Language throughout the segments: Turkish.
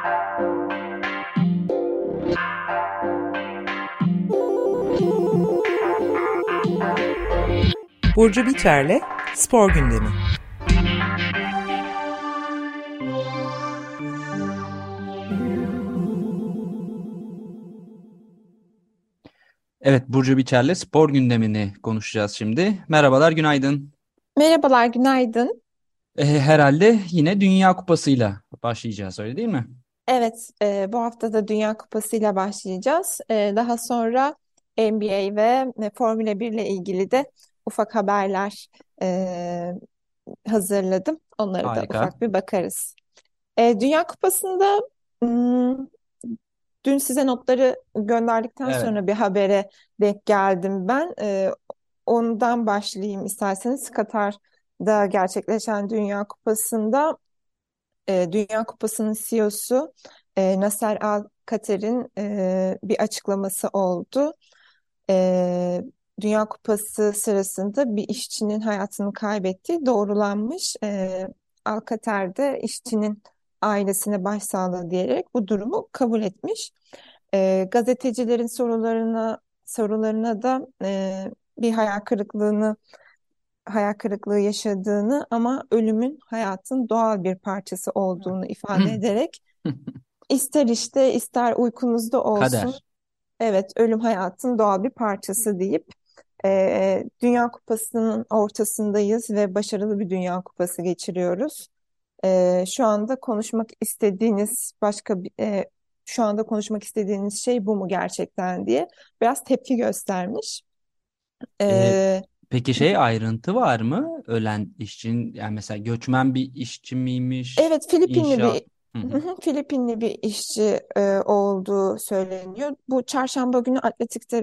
Burcu Biterle Spor Gündemi. Evet, Burcu Biçer'le spor gündemini konuşacağız şimdi. Merhabalar, günaydın. Merhabalar, günaydın. Herhalde yine Dünya Kupası'yla başlayacağız, öyle değil mi? Evet, bu hafta da Dünya Kupası ile başlayacağız. Daha sonra NBA ve Formula 1 ile ilgili de ufak haberler e, hazırladım. Onlara da Harika. ufak bir bakarız. Dünya Kupası'nda hmm, dün size notları gönderdikten Evet. sonra bir habere denk geldim ben. Ondan başlayayım isterseniz. Katar'da gerçekleşen Dünya Kupası'nda Dünya Kupası'nın CEO'su Nasser Al-Khater'in bir açıklaması oldu. E, Dünya Kupası sırasında bir işçinin hayatını kaybettiği doğrulanmış. Al-Khater de işçinin ailesine başsağlığı diyerek bu durumu kabul etmiş. Gazetecilerin sorularına da bir hayal kırıklığı yaşadığını ama ölümün hayatın doğal bir parçası olduğunu ifade ederek ister işte ister uykunuzda olsun, Kader. evet, ölüm hayatın doğal bir parçası deyip Dünya Kupası'nın ortasındayız ve başarılı bir Dünya Kupası geçiriyoruz. Şu anda konuşmak istediğiniz şu anda konuşmak istediğiniz şey bu mu gerçekten diye biraz tepki göstermiş. E, E, peki şey ayrıntı var mı? Ölen işçinin, yani mesela göçmen bir işçi miymiş? Evet, Filipinli İnşaat. bir Hı hı. Hı hı, Filipinli bir işçi olduğu söyleniyor. Bu çarşamba günü Atletik'te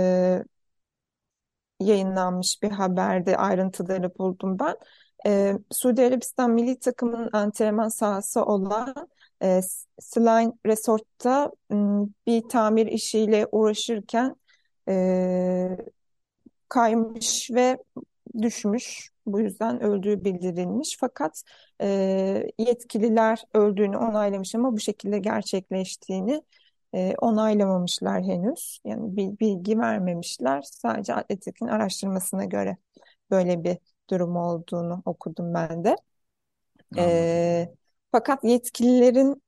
yayınlanmış bir haberde ayrıntıları buldum ben. Suudi Arabistan milli takımının antrenman sahası olan Slime Resort'ta bir tamir işiyle uğraşırken e, kaymış ve düşmüş. Bu yüzden öldüğü bildirilmiş. Fakat yetkililer öldüğünü onaylamış ama bu şekilde gerçekleştiğini onaylamamışlar henüz. Yani bir bilgi vermemişler. Sadece Atletik'in araştırmasına göre böyle bir durum olduğunu okudum ben de. Anladım. Fakat yetkililerin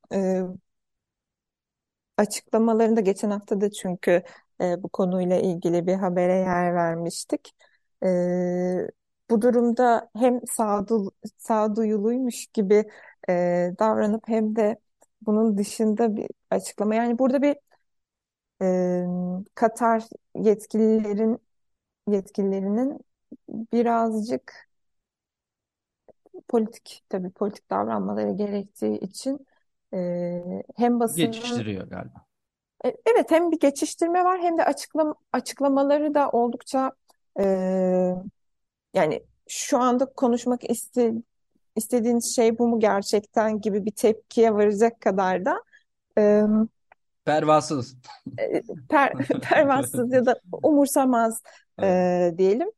açıklamalarında geçen hafta da çünkü bu konuyla ilgili bir habere yer vermiştik. E, Bu durumda hem sağduyuluymuş gibi davranıp hem de bunun dışında bir açıklama. Yani burada bir Katar yetkililerinin birazcık tabii politik davranmaları gerektiği için hem basının Geçiştiriyor galiba. Evet, hem bir geçiştirme var hem de açıklamaları da oldukça e, yani şu anda istediğiniz şey bu mu gerçekten gibi bir tepkiye varacak kadar da e, Pervasız. pervasız ya da umursamaz Evet. diyelim.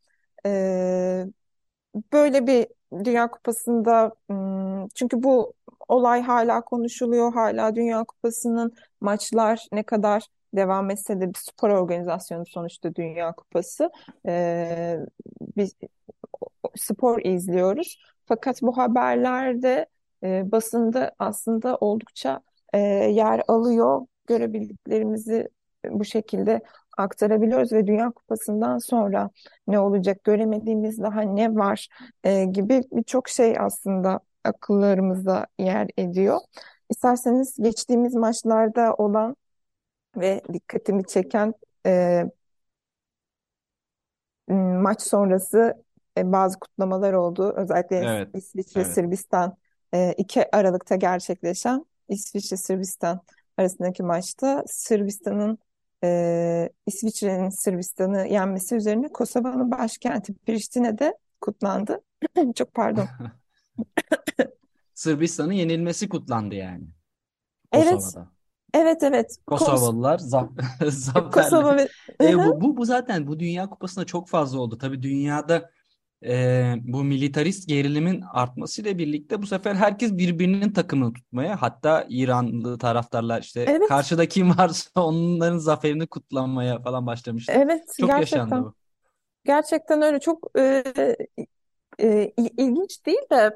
Böyle bir Dünya Kupası'nda çünkü bu olay hala konuşuluyor. Hala Dünya Kupası'nın maçlar ne kadar devam etse de bir spor organizasyonu sonuçta Dünya Kupası. Ee, Biz spor izliyoruz. Fakat bu haberlerde basında aslında oldukça yer alıyor. Görebildiklerimizi bu şekilde aktarabiliyoruz ve Dünya Kupası'ndan sonra ne olacak, göremediğimiz daha ne var gibi birçok şey aslında akıllarımızda yer ediyor. İsterseniz geçtiğimiz maçlarda olan ve dikkatimi çeken e, maç sonrası bazı kutlamalar oldu. Özellikle Evet. İsviçre Evet. Sırbistan 2 Aralık'ta gerçekleşen İsviçre Sırbistan arasındaki maçta İsviçre'nin Sırbistan'ı yenmesi üzerine Kosova'nın başkenti Priştine'de kutlandı. Çok pardon. Sırbistan'ın yenilmesi kutlandı yani. Evet, Kosova'da. evet. Kosovalılar zaferle. Kosova ve Bu zaten bu Dünya Kupası'nda çok fazla oldu. Tabii dünyada Bu militarist gerilimin artmasıyla birlikte bu sefer herkes birbirinin takımını tutmaya, hatta İranlı taraftarlar işte Evet, karşıda kim varsa onların zaferini kutlamaya falan başlamıştı. evet, Çok yaşandı gerçekten. bu. Gerçekten öyle çok ilginç değil de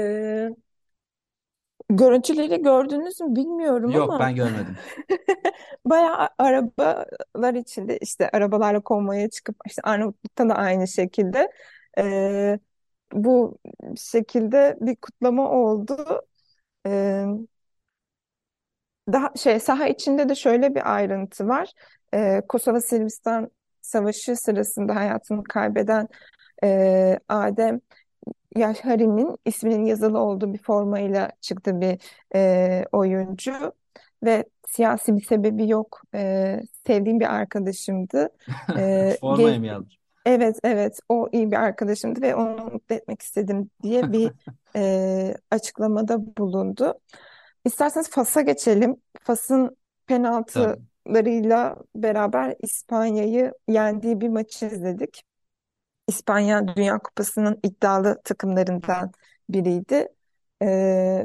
görüntüleri gördünüz mü bilmiyorum Yok, ama ben görmedim. bayağı arabalar içinde işte arabalarla konvoya çıkıp işte Arnavutluk'ta da aynı şekilde e, bu şekilde bir kutlama oldu. E, Daha saha içinde de şöyle bir ayrıntı var. Kosova Sırbistan Savaşı sırasında hayatını kaybeden Adem Yaşari'nin isminin yazılı olduğu bir formayla çıktı bir oyuncu ve siyasi bir sebebi yok. Sevdiğim bir arkadaşımdı. E, Formaya gez- mı yazmış? evet, evet, o iyi bir arkadaşımdı ve onu mutlu etmek istedim diye bir açıklamada bulundu. İsterseniz Fas'a geçelim. Fas'ın Tabii. penaltılarıyla beraber İspanya'yı yendiği bir maçı izledik. İspanya Dünya Kupası'nın iddialı takımlarından biriydi. Ee,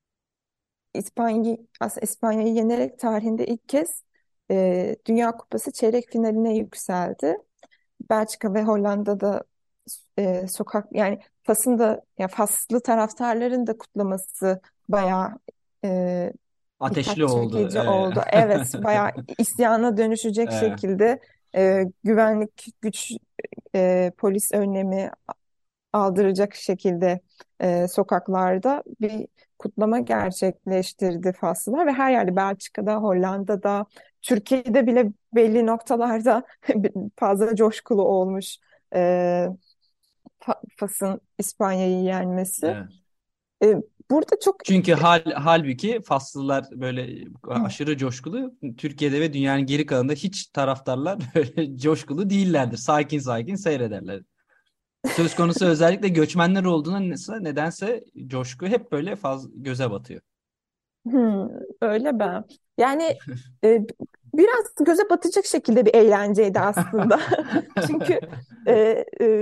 aslında İspanya'yı yenerek tarihinde ilk kez Dünya Kupası çeyrek finaline yükseldi. Belçika ve Hollanda'da yani Fas'ın da ya Faslı taraftarların da kutlaması bayağı e, Ateşli dikkat oldu. çekici oldu. Evet, bayağı isyana dönüşecek Evet. şekilde güvenlik güç polis önlemi aldıracak şekilde sokaklarda bir kutlama gerçekleştirdi Faslılar ve her yerde Belçika'da, Hollanda'da, Türkiye'de bile belli noktalarda fazla coşkulu olmuş e, Fas'ın İspanya'yı yenmesi. Evet. E, Burada çok Çünkü halbuki Faslılar böyle aşırı coşkulu. Türkiye'de ve dünyanın geri kalanında hiç taraftarlar böyle coşkulu değillerdir. Sakin sakin seyrederler. Söz konusu özellikle göçmenler olduğuna nedense coşku hep böyle göze batıyor. hmm, öyle ben. Yani e, biraz göze batacak şekilde bir eğlenceydi aslında. Çünkü e,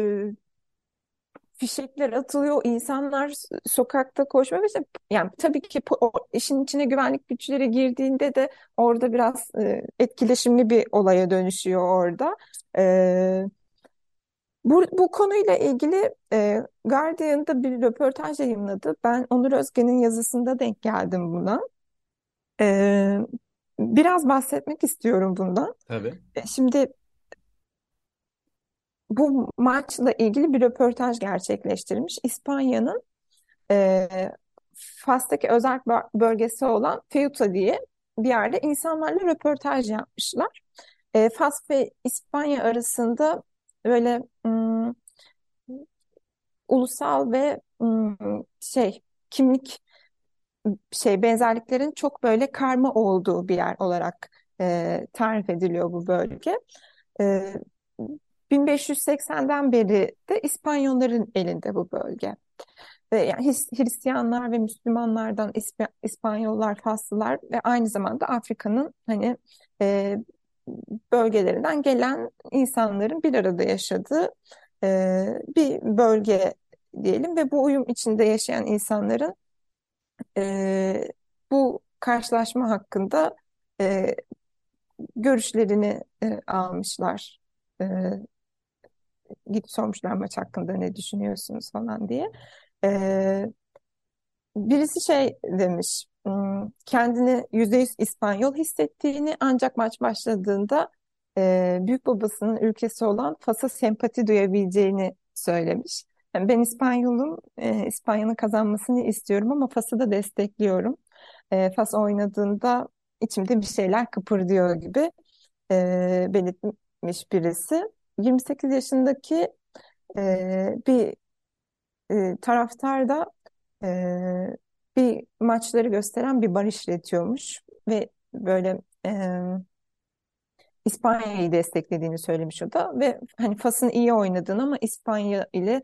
fişekler atılıyor, insanlar sokakta koşmuyor. Yani tabii ki o işin içine güvenlik güçleri girdiğinde de orada biraz etkileşimli bir olaya dönüşüyor orada. E, bu konuyla ilgili Guardian'da bir röportaj yayınladı. Ben Onur Özgen'in yazısında denk geldim buna. E, Biraz bahsetmek istiyorum bundan. Tabii. Şimdi bu maçla ilgili bir röportaj gerçekleştirmiş. İspanya'nın e, Fas'taki özel bölgesi olan Ceuta diye bir yerde insanlarla röportaj yapmışlar. Fas ve İspanya arasında böyle ulusal ve kimlik benzerliklerin çok böyle karma olduğu bir yer olarak tarif ediliyor bu bölge. E, 1580'den beri de İspanyolların elinde bu bölge. Yani Hristiyanlar ve Müslümanlardan İspanyollar, Faslılar ve aynı zamanda Afrika'nın hani e, bölgelerinden gelen insanların bir arada yaşadığı bir bölge diyelim ve bu uyum içinde yaşayan insanların bu karşılaşma hakkında e, görüşlerini almışlar. E, Gidip sormuşlar maç hakkında ne düşünüyorsunuz falan diye. E, Birisi demiş, kendini %100 İspanyol hissettiğini ancak maç başladığında büyük babasının ülkesi olan Fas'a sempati duyabileceğini söylemiş. Yani ben İspanyol'um, İspanya'nın kazanmasını istiyorum ama Fas'ı da destekliyorum. Fas oynadığında içimde bir şeyler kıpırdıyor gibi belirtmiş birisi. 28 yaşındaki bir taraftar da e, bir maçları gösteren bir bar işletiyormuş ve böyle İspanya'yı desteklediğini söylemiş o da ve hani Fas'ın iyi oynadığını ama İspanya ile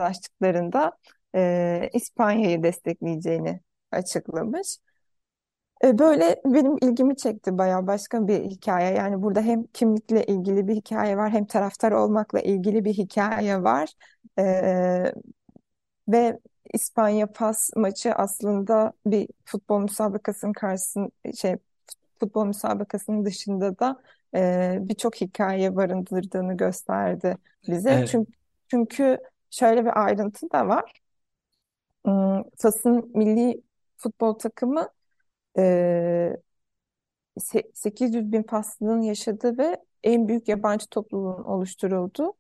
karşılaştıklarında İspanya'yı destekleyeceğini açıklamış. Böyle benim ilgimi çekti, bayağı başka bir hikaye. Yani burada hem kimlikle ilgili bir hikaye var, hem taraftar olmakla ilgili bir hikaye var. E, Ve İspanya-Fas maçı aslında bir futbol müsabakasının karşısında, futbol müsabakasının dışında da birçok hikaye barındırdığını gösterdi bize. E, Çünkü şöyle bir ayrıntı da var. Fas'ın milli futbol takımı, e, 800 bin Faslı'nın yaşadığı ve en büyük yabancı topluluğun oluşturulduğu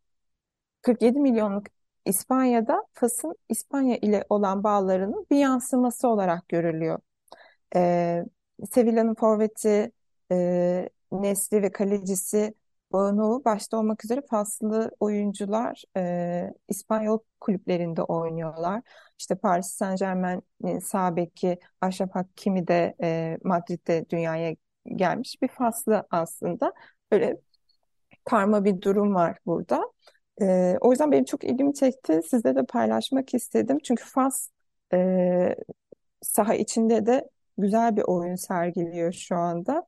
47 milyonluk İspanya'da Fas'ın İspanya ile olan bağlarının bir yansıması olarak görülüyor. Ee, Sevilla'nın forveti, Nesri ve kalecisi Bono başta olmak üzere faslı oyuncular İspanyol kulüplerinde oynuyorlar. İşte Paris Saint-Germain'in sağ beki Achraf Hakimi de Madrid'de dünyaya gelmiş bir faslı aslında. Böyle karma bir durum var burada. O yüzden benim çok ilgimi çekti. Sizle de paylaşmak istedim. Çünkü Fas e, saha içinde de güzel bir oyun sergiliyor şu anda.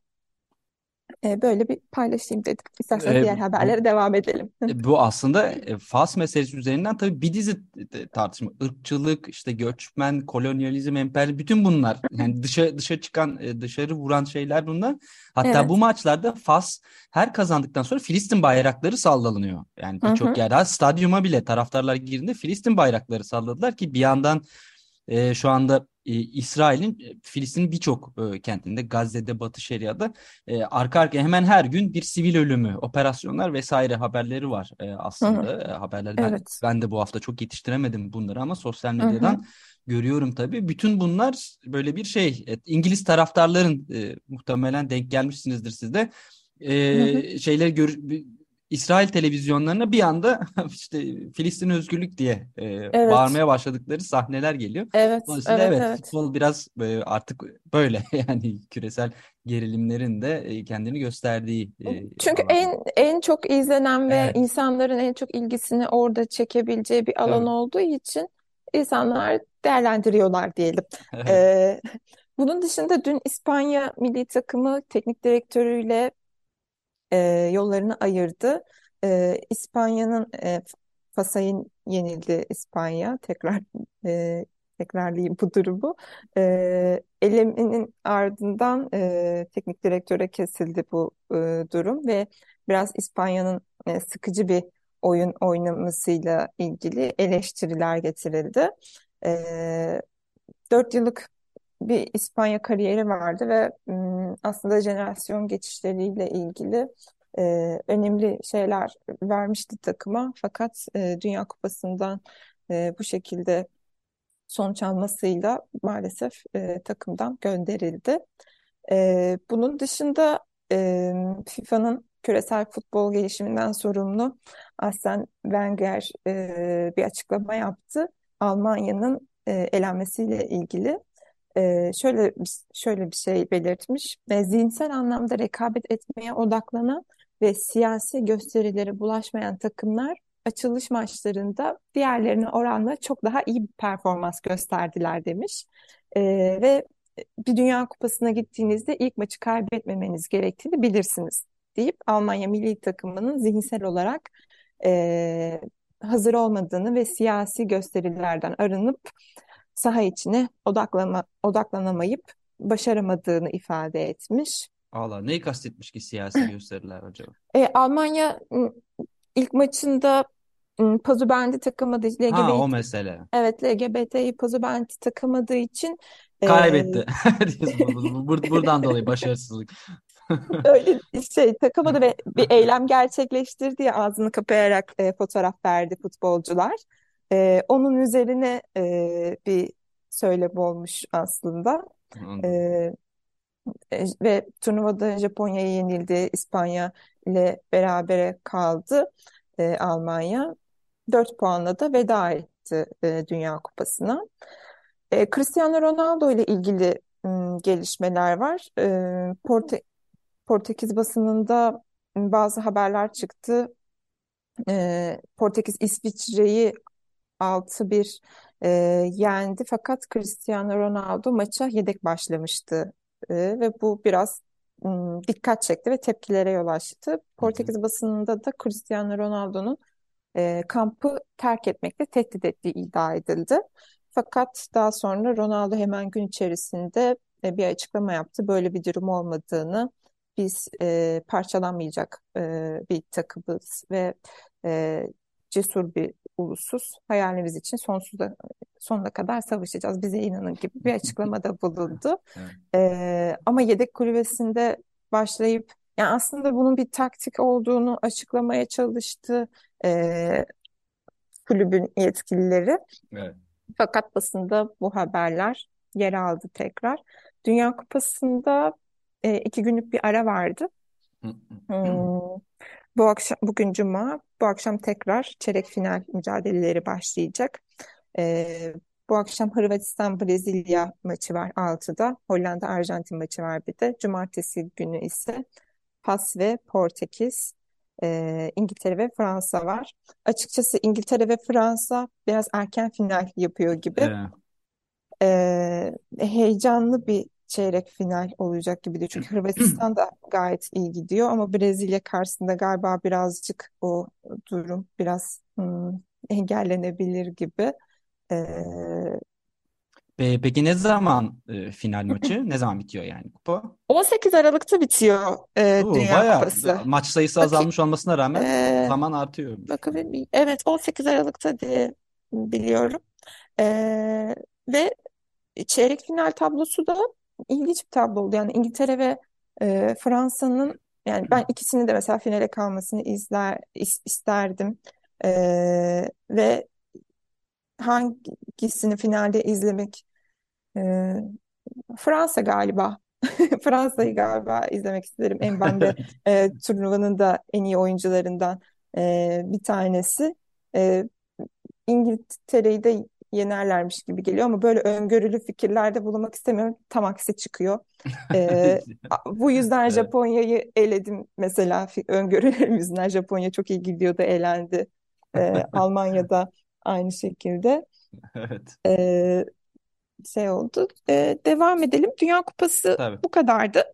Böyle bir paylaşayım dedim. İsterseniz e, diğer bu haberlere devam edelim. Bu aslında Fas meselesi üzerinden tabii bir dizi tartışma. Irkçılık, işte göçmen, kolonyalizm, emperyalizm, bütün bunlar. Yani dışa çıkan, dışarı vuran şeyler bunlar. Hatta bu Evet. maçlarda Fas her kazandıktan sonra Filistin bayrakları sallanıyor. Yani Hı birçok hı. yerde, ha, stadyuma bile taraftarlar girdiğinde Filistin bayrakları salladılar ki bir yandan şu anda İsrail'in Filistin'in birçok kentinde, Gazze'de, Batı Şeria'da arka arkaya hemen her gün bir sivil ölümü, operasyonlar vesaire haberleri var Hı hı. aslında. Haberler Evet. ben de bu hafta çok yetiştiremedim bunları ama sosyal Hı hı. medyadan görüyorum tabii. Bütün bunlar böyle bir şey. İngiliz taraftarların muhtemelen denk gelmişsinizdir siz de. Hı hı. Şeyleri İsrail televizyonlarına bir anda işte Filistin özgürlük diye Evet. bağırmaya başladıkları sahneler geliyor. Evet. Dolayısıyla Evet. evet, Evet. futbol biraz artık böyle yani küresel gerilimlerin de kendini gösterdiği Çünkü alan. en çok izlenen ve Evet, insanların en çok ilgisini orada çekebileceği bir alan tabii. olduğu için insanlar değerlendiriyorlar diyelim. Evet. Ee, Bunun dışında dün İspanya milli takımı teknik direktörüyle e, yollarını ayırdı. İspanya'nın Fas'a yenildi İspanya. Tekrarlayayım bu durumu. Elemenin ardından teknik direktöre kesildi bu durum ve biraz İspanya'nın sıkıcı bir oyun oynamasıyla ilgili eleştiriler getirildi. E, 4 yıllık bir İspanya kariyeri vardı ve aslında jenerasyon geçişleriyle ilgili önemli şeyler vermişti takıma. Fakat Dünya Kupası'ndan bu şekilde sonuç almasıyla maalesef takımdan gönderildi. Bunun dışında FIFA'nın küresel futbol gelişiminden sorumlu Arsene Wenger bir açıklama yaptı. Almanya'nın elenmesiyle ilgili. Şöyle bir şey belirtmiş. Zihinsel anlamda rekabet etmeye odaklanan ve siyasi gösterilere bulaşmayan takımlar açılış maçlarında diğerlerine oranla çok daha iyi bir performans gösterdiler demiş. Ve bir Dünya Kupası'na gittiğinizde ilk maçı kaybetmemeniz gerektiğini bilirsiniz deyip Almanya milli takımının zihinsel olarak e, hazır olmadığını ve siyasi gösterilerden arınıp saha içine odaklanamayıp başaramadığını ifade etmiş. Valla neyi kastetmiş ki siyasi gösteriler acaba? Almanya ilk maçında Pazubendi takamadığı Ha, o LGBT, mesele. evet, LGBT'yi Pazubendi takamadığı için e, Kaybetti. Diyorsun, buradan dolayı başarısızlık. öyle takamadı ve bir eylem gerçekleştirdi diye ağzını kapayarak fotoğraf verdi futbolcular. Onun üzerine bir söylem olmuş aslında. Anladım. E, ve turnuvada Japonya'ya yenildi. İspanya ile berabere kaldı Almanya. 4 puanla da veda etti Dünya Kupası'na. Cristiano Ronaldo ile ilgili gelişmeler var. Portekiz basınında bazı haberler çıktı. Portekiz İsviçre'yi 6-1 yendi. Fakat Cristiano Ronaldo maça yedek başlamıştı Ve bu biraz dikkat çekti ve tepkilere yol açtı. Hı hı. Portekiz basınında da Cristiano Ronaldo'nun kampı terk etmekle tehdit ettiği iddia edildi. Fakat daha sonra Ronaldo hemen gün içerisinde bir açıklama yaptı. Böyle bir durum olmadığını, biz parçalanmayacak bir takımız ve e, cesur bir ulusuz. Hayalimiz için sonuna kadar savaşacağız. Bize inanın gibi bir açıklamada bulundu. Evet. Ama yedek kulübesinde başlayıp yani aslında bunun bir taktik olduğunu açıklamaya çalıştı e, kulübün yetkilileri. Evet. Fakat basında bu haberler yer aldı tekrar. Dünya Kupası'nda 2 günlük bir ara vardı. Hı hı. Hmm, Bu akşam, bugün Cuma, bu akşam tekrar çeyrek final mücadeleleri başlayacak. E, Bu akşam Hırvatistan-Brezilya maçı var 6'da. Hollanda-Arjantin maçı var bir de. Cumartesi günü ise Fas ve Portekiz, İngiltere ve Fransa var. Açıkçası İngiltere ve Fransa biraz erken final yapıyor gibi. Evet. Heyecanlı bir çeyrek final olacak gibi de. Çünkü Hırvatistan da gayet iyi gidiyor ama Brezilya karşısında galiba birazcık o durum biraz engellenebilir gibi. Ee, Peki ne zaman final maçı? Ne zaman bitiyor yani kupa? 18 Aralık'ta bitiyor Dünya Bayağı Kupası. maç sayısı Bakayım, azalmış olmasına rağmen e, zaman artıyormuş. bakabilir miyim? Evet, 18 Aralık'ta diye biliyorum. Ee, Ve çeyrek final tablosu da ilginç bir tablo oldu. Yani İngiltere ve Fransa'nın yani ben ikisini de mesela finale kalmasını isterdim. Ve hangisini finalde izlemek e, Fransa galiba. Fransa'yı galiba izlemek isterim. Mbappe Evet. turnuvanın da en iyi oyuncularından bir tanesi. E, İngiltere'yi de yenerlermiş gibi geliyor ama böyle öngörülü fikirlerde bulunmak istemiyorum. Tam aksi çıkıyor. Bu yüzden Evet. Japonya'yı eledim mesela. Öngörülerim yüzünden Japonya çok iyi gidiyordu, elendi. Almanya'da aynı şekilde. Evet. Ee, Oldu. Devam edelim. Dünya Kupası Tabii. bu kadardı.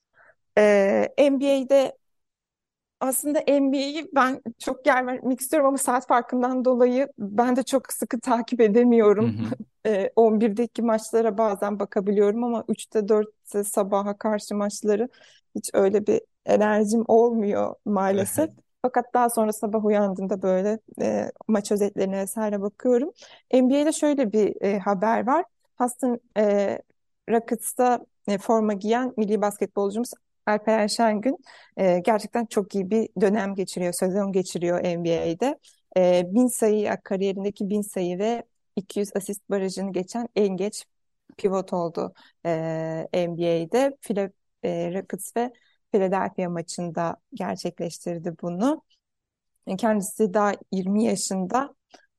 NBA'de aslında NBA'yi ben çok yer vermek istiyorum ama saat farkından dolayı ben de çok sıkı takip Hı edemiyorum. hı. 11'deki maçlara bazen bakabiliyorum ama 3'te 4'te sabaha karşı maçları hiç öyle bir enerjim olmuyor maalesef. Evet. Fakat daha sonra sabah uyandığımda böyle maç özetlerine vesaire bakıyorum. NBA'de şöyle bir haber var. Houston Rockets'ta forma giyen milli basketbolcumuz Alperen Şengün gerçekten çok iyi bir dönem geçiriyor, sezon geçiriyor NBA'de. 1.000 sayı kariyerindeki 1.000 sayı ve 200 asist barajını geçen en geç pivot oldu NBA'de. Rockets ve Philadelphia maçında gerçekleştirdi bunu. Kendisi daha 20 yaşında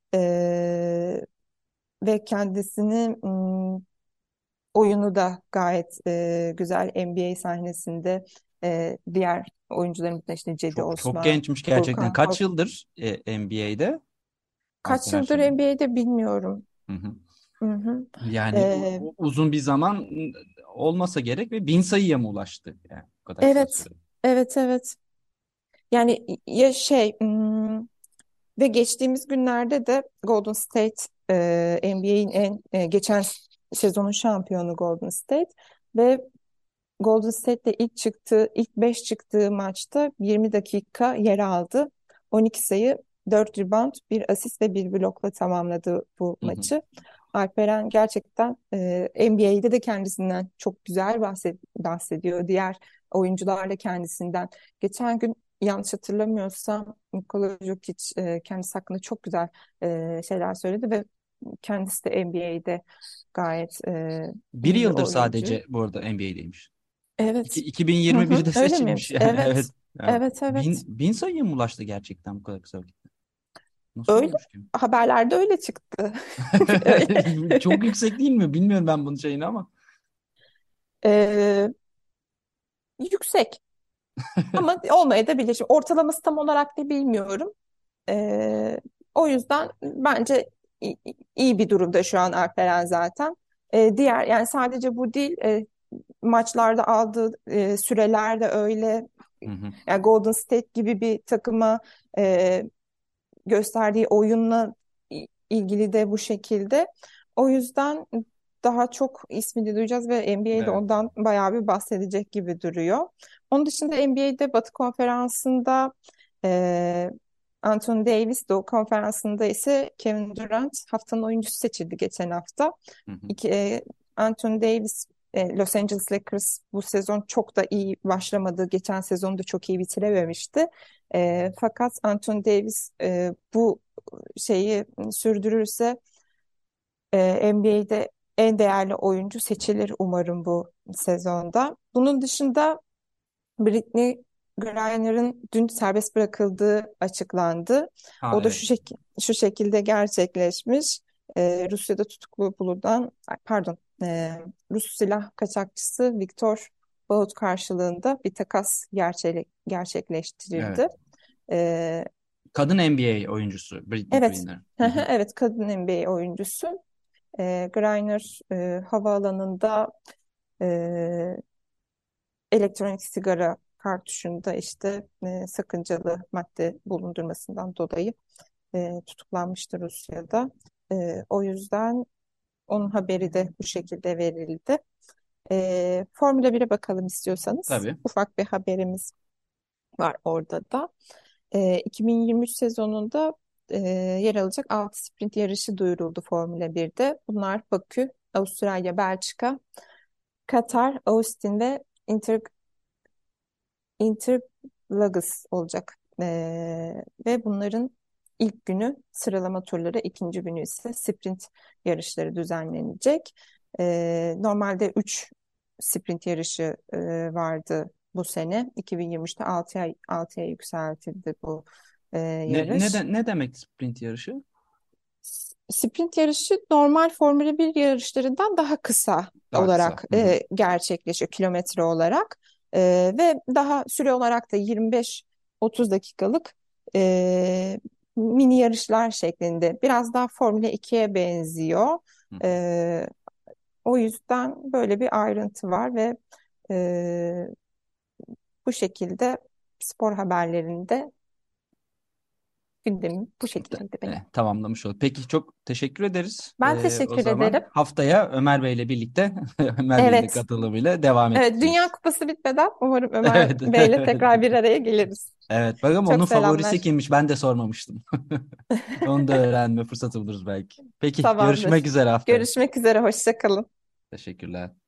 e, ve kendisini oyunu da gayet güzel NBA sahnesinde diğer oyuncularımız da işte Cedi Çok Osman, gençmiş gerçekten. Furkan Kaç Kork. yıldır NBA'de Kaç Alperen yıldır Şengün? NBA'de bilmiyorum. Hı hı. Hı hı. Yani E, uzun bir zaman olmasa gerek ve 1000 sayıya mı ulaştı yani bu kadar kısa evet, sürede? evet. Yani ya ve geçtiğimiz günlerde de Golden State NBA'in geçen sezonun şampiyonu Golden State ve Golden State'de ilk 5 çıktığı maçta 20 dakika yer aldı. 12 sayı, 4 rebound, bir asist ve bir blokla tamamladı bu Hı hı. maçı. Alperen gerçekten NBA'de de kendisinden çok güzel bahsediyor. Diğer oyuncular da kendisinden. Geçen gün yanlış hatırlamıyorsam Nikola Jokic kendisi hakkında çok güzel şeyler söyledi ve kendisi de NBA'de gayet Bir iyi bir yıldır oyuncu. sadece bu arada NBA'deymiş. Evet. Hı hı, 2021'de öyle seçilmiş miymiş? yani. Evet. Evet. Yani Evet. bin sayıya mı ulaştı gerçekten bu kadar kısa vakitte? Nasıl Öyle olmuş ki? haberlerde öyle çıktı. Öyle. Çok yüksek değil mi? Bilmiyorum ben bunun şeyini ama. Ee, Yüksek ama olmaya da bilir. Şimdi ortalaması tam olarak da bilmiyorum. Ee, O yüzden bence iyi bir durumda şu an Alperen zaten. Diğer yani sadece bu değil. maçlarda aldığı süreler de öyle. Hı hı. Yani Golden State gibi bir takıma e, gösterdiği oyunla ilgili de bu şekilde. O yüzden daha çok ismini duyacağız ve NBA'de Evet. ondan bayağı bir bahsedecek gibi duruyor. Onun dışında NBA'de Batı Konferansı'nda e, Anthony Davis, Doğu Konferansı'nda ise Kevin Durant haftanın oyuncusu seçildi geçen hafta. Hı hı. Anthony Davis, Los Angeles Lakers bu sezon çok da iyi başlamadı. Geçen sezonu da çok iyi bitirememişti. Fakat Anthony Davis bu şeyi sürdürürse NBA'de en değerli oyuncu seçilir umarım bu sezonda. Bunun dışında Britney Griner'ın dün serbest bırakıldığı açıklandı. Ha, O da evet. şu şekilde gerçekleşmiş. Rusya'da tutuklu bulunan, pardon, Rus silah kaçakçısı Viktor Baut karşılığında bir takas Evet. gerçekleştirildi. E, Kadın NBA oyuncusu Britney evet, Griner. Hı hı. evet, kadın NBA oyuncusu. Griner havaalanında e, elektronik sigara kartuşunda işte sakıncalı madde bulundurmasından dolayı tutuklanmıştı Rusya'da. O yüzden onun haberi de bu şekilde verildi. Formula 1'e bakalım istiyorsanız. Tabii. Ufak bir haberimiz var orada da. 2023 sezonunda yer alacak 6 sprint yarışı duyuruldu Formula 1'de. Bunlar Bakü, Avustralya, Belçika, Katar, Austin ve Interlagos olacak. Ve bunların ilk günü sıralama turları, ikinci günü ise sprint yarışları düzenlenecek. Normalde 3 sprint yarışı vardı bu sene. 2023'te 6'ya yükseltildi bu yarış. Ne demek sprint yarışı? Sprint yarışı normal Formula 1 yarışlarından daha kısa Daha kısa. olarak Hı hı. gerçekleşiyor kilometre olarak. Ve daha süre olarak da 25-30 dakikalık mini yarışlar şeklinde biraz daha Formula 2'ye benziyor. Hı hı. E, O yüzden böyle bir ayrıntı var ve e, bu şekilde spor haberlerinde gündemim bu şekildeydi benim. Tamamlamış olduk. Peki çok teşekkür ederiz. Ben O teşekkür ederim. zaman haftaya Ömer Bey ile birlikte Ömer Bey'in de Evet. katılımıyla devam Evet, Dünya edeceğiz. Kupası bitmeden umarım Ömer Evet. Bey'le tekrar bir araya geliriz. Evet. Bakalım Çok onun favorisi selamlar. kimmiş? Ben de sormamıştım. Onu da öğrenme fırsatı buluruz belki. Peki görüşmek Tamamdır. üzere haftaya. Görüşmek üzere, hoşça kalın. Teşekkürler.